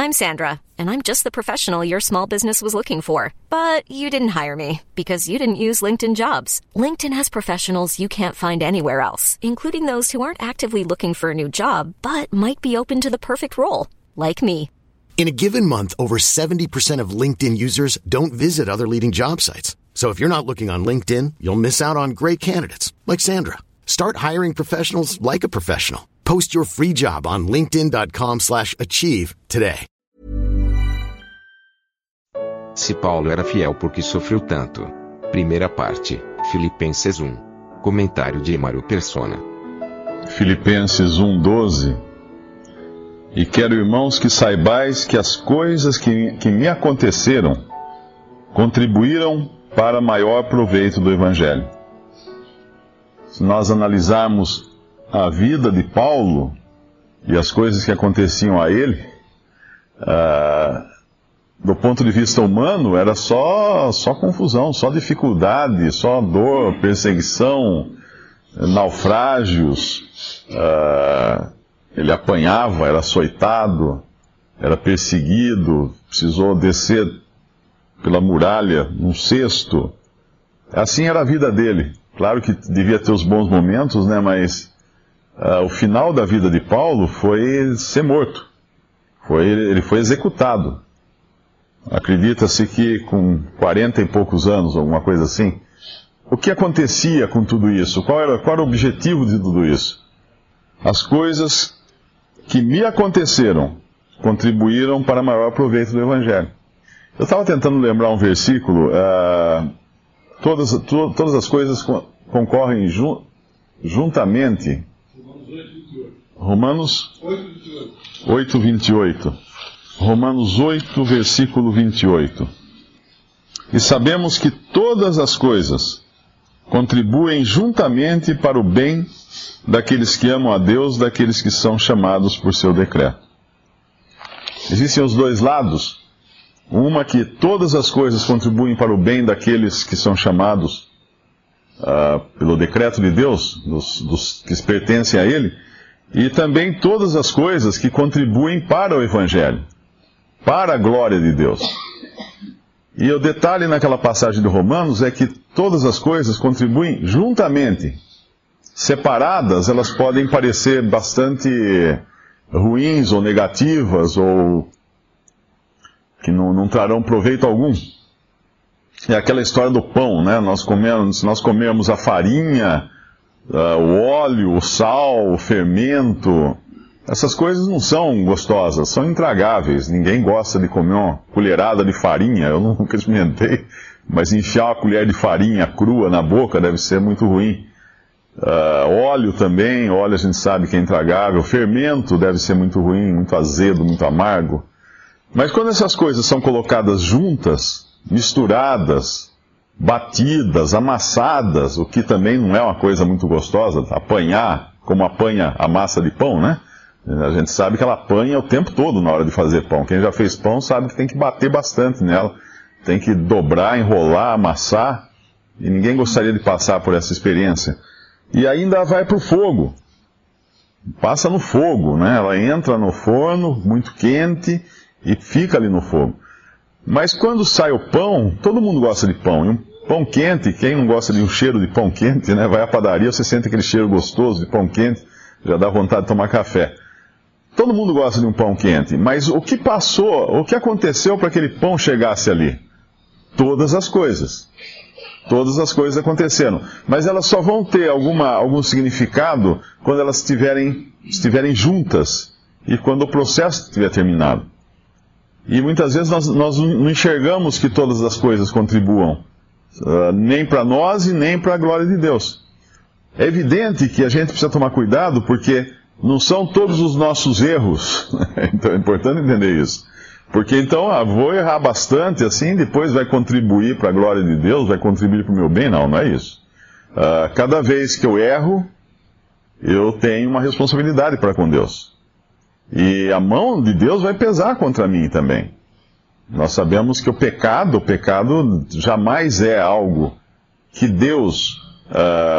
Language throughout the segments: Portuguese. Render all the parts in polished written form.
I'm Sandra, and I'm just the professional your small business was looking for. But you didn't hire me because you didn't use LinkedIn Jobs. LinkedIn has professionals you can't find anywhere else, including those who aren't actively looking for a new job, but might be open to the perfect role, like me. In a given month, over 70% of LinkedIn users don't visit other leading job sites. So if you're not looking on LinkedIn, you'll miss out on great candidates like Sandra. Start hiring professionals like a professional. Post your free job on linkedin.com/achieve today. Se Paulo era fiel, porque sofreu tanto. Primeira parte, Filipenses 1. Comentário de Mário Persona. Filipenses 1:12. E quero, irmãos, que saibais que as coisas que me aconteceram contribuíram para maior proveito do Evangelho. Se nós analisarmos a vida de Paulo e as coisas que aconteciam a ele, do ponto de vista humano, era só confusão, só dificuldade, só dor, perseguição, naufrágios. Ele apanhava, era açoitado, era perseguido, precisou descer pela muralha num cesto. Assim era a vida dele. Claro que devia ter os bons momentos, né? Mas o final da vida de Paulo foi ser morto. Ele foi executado. Acredita-se que com 40 e poucos anos, alguma coisa assim. O que acontecia com tudo isso? Qual era o objetivo de tudo isso? As coisas que me aconteceram contribuíram para maior proveito do Evangelho. Eu estava tentando lembrar um versículo. Todas as coisas concorrem juntamente. Romanos 8:28. Romanos 8, versículo 28. E sabemos que todas as coisas contribuem juntamente para o bem daqueles que amam a Deus, daqueles que são chamados por seu decreto. Existem os dois lados. Uma que todas as coisas contribuem para o bem daqueles que são chamados pelo decreto de Deus, dos que pertencem a Ele, e também todas as coisas que contribuem para o Evangelho, para a glória de Deus. E o detalhe naquela passagem de Romanos é que todas as coisas contribuem juntamente. Separadas, elas podem parecer bastante ruins ou negativas, ou que não trarão proveito algum. É aquela história do pão, né? Se nós comermos a farinha, o óleo, o sal, o fermento, essas coisas não são gostosas, são intragáveis. Ninguém gosta de comer uma colherada de farinha, eu nunca experimentei, mas enfiar uma colher de farinha crua na boca deve ser muito ruim. Óleo também, óleo a gente sabe que é intragável, fermento deve ser muito ruim, muito azedo, muito amargo. Mas quando essas coisas são colocadas juntas, misturadas, batidas, amassadas, o que também não é uma coisa muito gostosa, apanhar, como apanha a massa de pão, né? A gente sabe que ela apanha o tempo todo na hora de fazer pão. Quem já fez pão sabe que tem que bater bastante nela, tem que dobrar, enrolar, amassar, e ninguém gostaria de passar por essa experiência. E ainda vai para o fogo, passa no fogo, né? Ela entra no forno, muito quente, e fica ali no fogo. Mas quando sai o pão, todo mundo gosta de pão. E um pão quente, quem não gosta de um cheiro de pão quente, né? Vai à padaria, você sente aquele cheiro gostoso de pão quente, já dá vontade de tomar café. Todo mundo gosta de um pão quente. Mas o que passou, o que aconteceu para que aquele pão chegasse ali? Todas as coisas. Todas as coisas aconteceram. Mas elas só vão ter algum significado quando elas estiverem juntas e quando o processo estiver terminado. E muitas vezes nós não enxergamos que todas as coisas contribuam, nem para nós e nem para a glória de Deus. É evidente que a gente precisa tomar cuidado, porque não são todos os nossos erros. Então é importante entender isso. Porque então, vou errar bastante, assim, depois vai contribuir para a glória de Deus, vai contribuir para o meu bem? Não é isso. Cada vez que eu erro, eu tenho uma responsabilidade para com Deus. E a mão de Deus vai pesar contra mim também. Nós sabemos que o pecado jamais é algo que Deus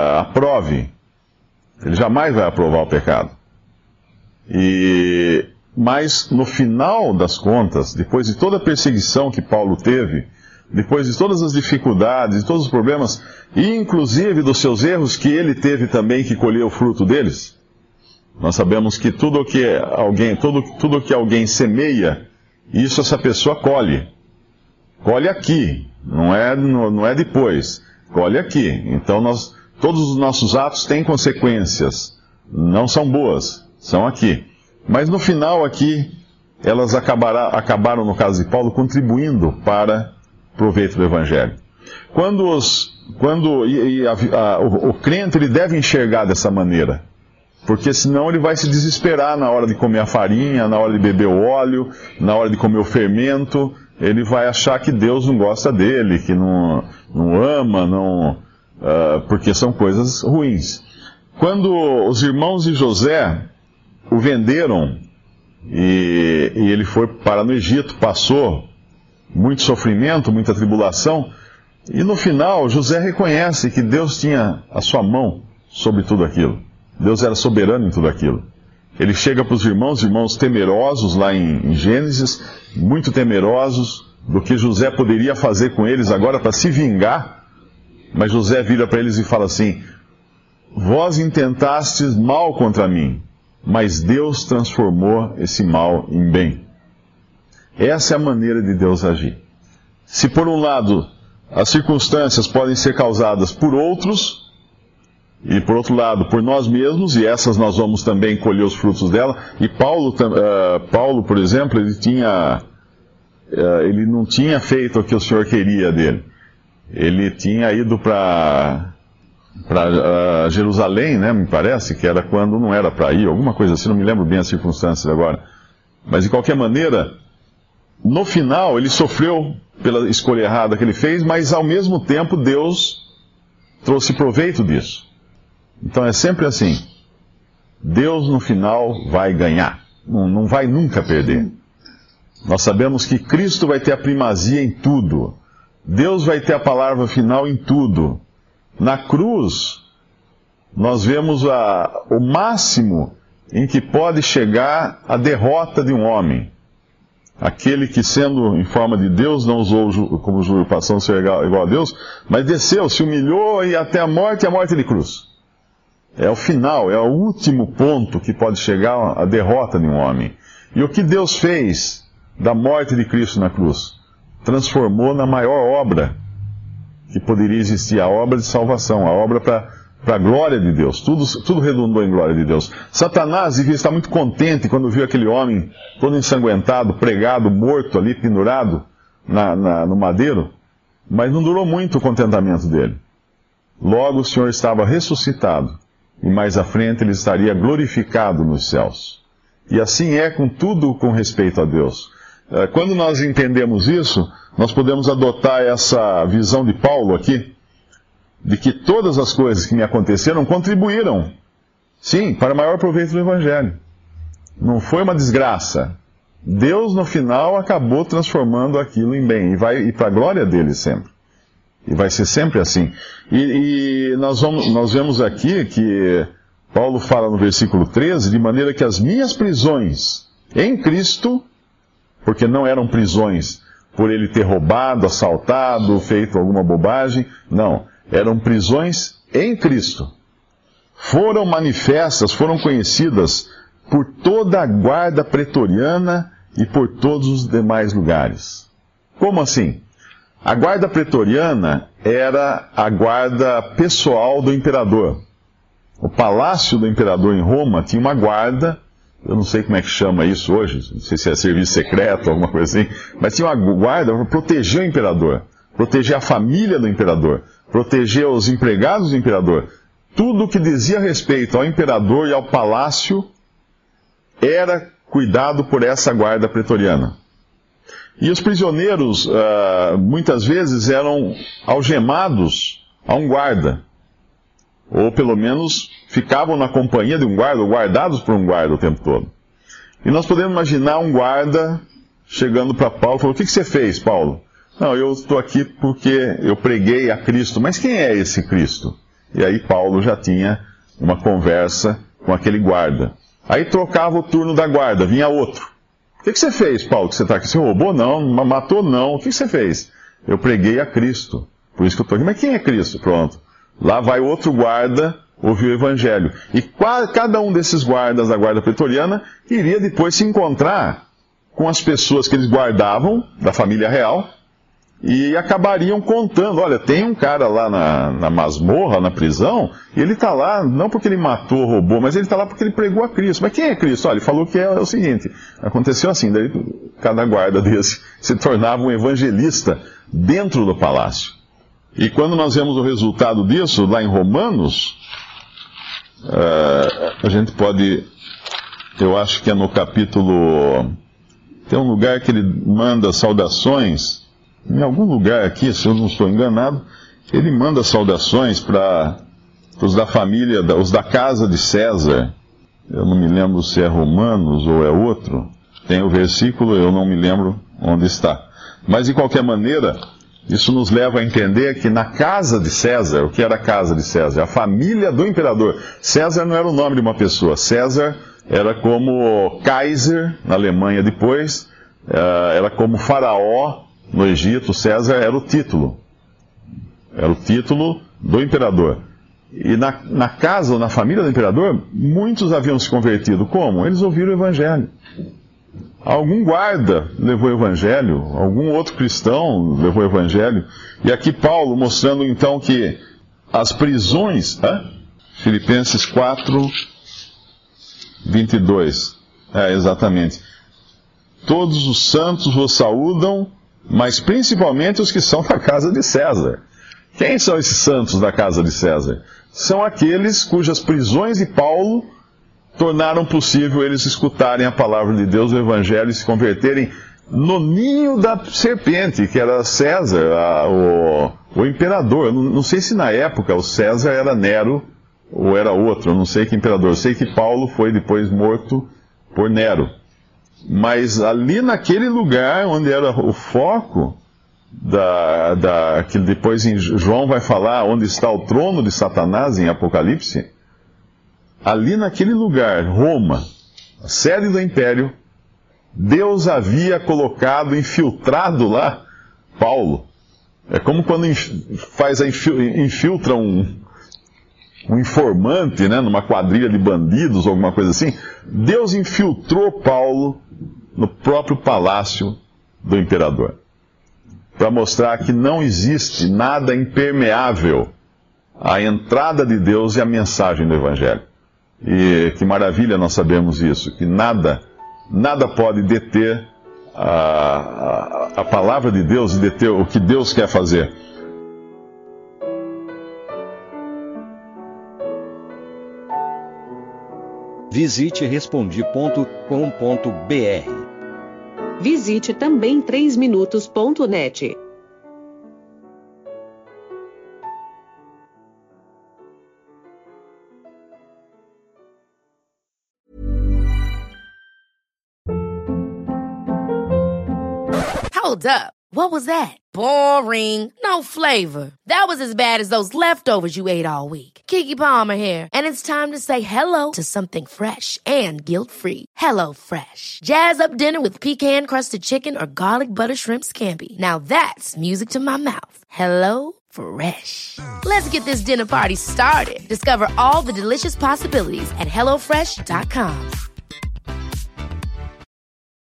aprove. Ele jamais vai aprovar o pecado. Mas no final das contas, depois de toda a perseguição que Paulo teve, depois de todas as dificuldades, de todos os problemas, e inclusive dos seus erros que ele teve também que colher o fruto deles, nós sabemos que tudo que alguém semeia, isso essa pessoa colhe. Colhe aqui, não é depois. Colhe aqui. Então todos os nossos atos têm consequências. Não são boas, são aqui. Mas no final aqui, elas acabaram, no caso de Paulo, contribuindo para o proveito do Evangelho. O crente ele deve enxergar dessa maneira, porque senão ele vai se desesperar na hora de comer a farinha, na hora de beber o óleo, na hora de comer o fermento. Ele vai achar que Deus não gosta dele, que não ama, porque são coisas ruins. Quando os irmãos de José o venderam e ele foi para no Egito, passou muito sofrimento, muita tribulação, e no final José reconhece que Deus tinha a sua mão sobre tudo aquilo. Deus era soberano em tudo aquilo. Ele chega para os irmãos temerosos lá em Gênesis, muito temerosos do que José poderia fazer com eles agora para se vingar, mas José vira para eles e fala assim: vós intentastes mal contra mim, mas Deus transformou esse mal em bem. Essa é a maneira de Deus agir. Se por um lado as circunstâncias podem ser causadas por outros, e por outro lado por nós mesmos, e essas nós vamos também colher os frutos dela. E Paulo, por exemplo, ele não tinha feito o que o Senhor queria dele. Ele tinha ido para Jerusalém, né, me parece, que era quando não era para ir, alguma coisa assim, não me lembro bem as circunstâncias agora. Mas de qualquer maneira, no final ele sofreu pela escolha errada que ele fez, mas ao mesmo tempo Deus trouxe proveito disso. Então é sempre assim: Deus no final vai ganhar, não vai nunca perder. Nós sabemos que Cristo vai ter a primazia em tudo. Deus vai ter a palavra final em tudo. Na cruz, nós vemos o máximo em que pode chegar a derrota de um homem. Aquele que, sendo em forma de Deus, não usou como usurpação ser igual a Deus, mas desceu, se humilhou e até a morte de cruz. É o final, é o último ponto que pode chegar a derrota de um homem. E o que Deus fez da morte de Cristo na cruz? Transformou na maior obra que poderia existir, a obra de salvação, a obra para a glória de Deus. Tudo redundou em glória de Deus. Satanás devia estar muito contente quando viu aquele homem todo ensanguentado, pregado, morto ali, pendurado no madeiro, mas não durou muito o contentamento dele. Logo o Senhor estava ressuscitado, e mais à frente ele estaria glorificado nos céus. E assim é com tudo com respeito a Deus. Quando nós entendemos isso, nós podemos adotar essa visão de Paulo aqui, de que todas as coisas que me aconteceram contribuíram, sim, para o maior proveito do Evangelho. Não foi uma desgraça. Deus, no final, acabou transformando aquilo em bem, e para a glória dele sempre. E vai ser sempre assim. E nós vemos aqui que Paulo fala no versículo 13, de maneira que as minhas prisões em Cristo, porque não eram prisões por ele ter roubado, assaltado, feito alguma bobagem, não, eram prisões em Cristo. Foram manifestas, foram conhecidas por toda a guarda pretoriana e por todos os demais lugares. Como assim? A guarda pretoriana era a guarda pessoal do imperador. O palácio do imperador em Roma tinha uma guarda, eu não sei como é que chama isso hoje, não sei se é serviço secreto ou alguma coisa assim, mas tinha uma guarda para proteger o imperador, proteger a família do imperador, proteger os empregados do imperador. Tudo que dizia respeito ao imperador e ao palácio era cuidado por essa guarda pretoriana. E os prisioneiros, muitas vezes, eram algemados a um guarda. Ou, pelo menos, ficavam na companhia de um guarda, ou guardados por um guarda o tempo todo. E nós podemos imaginar um guarda chegando para Paulo e falando: o que você fez, Paulo? Não, eu estou aqui porque eu preguei a Cristo. Mas quem é esse Cristo? E aí Paulo já tinha uma conversa com aquele guarda. Aí trocava o turno da guarda, vinha outro. O que você fez, Paulo, que você está aqui? Você roubou? Não. Matou? Não. O que você fez? Eu preguei a Cristo. Por isso que eu estou aqui. Mas quem é Cristo? Pronto. Lá vai outro guarda ouvir o evangelho. E cada um desses guardas da guarda pretoriana iria depois se encontrar com as pessoas que eles guardavam, da família real, e acabariam contando, olha, tem um cara lá na masmorra, na prisão, e ele está lá, não porque ele matou, roubou, mas ele está lá porque ele pregou a Cristo. Mas quem é Cristo? Olha, ele falou que é o seguinte, aconteceu assim, daí cada guarda desse se tornava um evangelista dentro do palácio. E quando nós vemos o resultado disso, lá em Romanos, a gente pode, eu acho que é no capítulo, tem um lugar que ele manda saudações, em algum lugar aqui, se eu não estou enganado, ele manda saudações para os da família, os da casa de César. Eu não me lembro se é Romanos ou é outro. Tem o versículo, eu não me lembro onde está. Mas, de qualquer maneira, isso nos leva a entender que na casa de César, o que era a casa de César? A família do imperador. César não era o nome de uma pessoa. César era como Kaiser, na Alemanha depois, era como Faraó, no Egito. César era o título do imperador. E na casa ou na família do imperador, muitos haviam se convertido. Como? Eles ouviram o evangelho. Algum guarda levou o evangelho, algum outro cristão levou o evangelho. E aqui Paulo mostrando então que as prisões, Filipenses 4, 22, exatamente. Todos os santos vos saúdam, mas principalmente os que são da casa de César. Quem são esses santos da casa de César? São aqueles cujas prisões de Paulo tornaram possível eles escutarem a palavra de Deus, o evangelho, e se converterem no ninho da serpente, que era César, o imperador. Eu não sei se na época o César era Nero ou era outro, eu não sei que imperador. Eu sei que Paulo foi depois morto por Nero. Mas ali naquele lugar onde era o foco que depois em João vai falar onde está o trono de Satanás em Apocalipse, ali naquele lugar, Roma, a sede do império, Deus havia colocado, infiltrado lá Paulo. É como quando infiltra um informante, né, numa quadrilha de bandidos ou alguma coisa assim. Deus infiltrou Paulo no próprio palácio do imperador, para mostrar que não existe nada impermeável à entrada de Deus e à mensagem do evangelho. E que maravilha nós sabemos isso, que nada pode deter a palavra de Deus e deter o que Deus quer fazer. Visite Respondi.com.br. Visite também 3minutos.net. Hold up. What was that? Boring. No flavor. That was as bad as those leftovers you ate all week. Keke Palmer here, and it's time to say hello to something fresh and guilt-free. Hello Fresh. Jazz up dinner with pecan-crusted chicken or garlic butter shrimp scampi. Now that's music to my mouth. Hello Fresh. Let's get this dinner party started. Discover all the delicious possibilities at HelloFresh.com.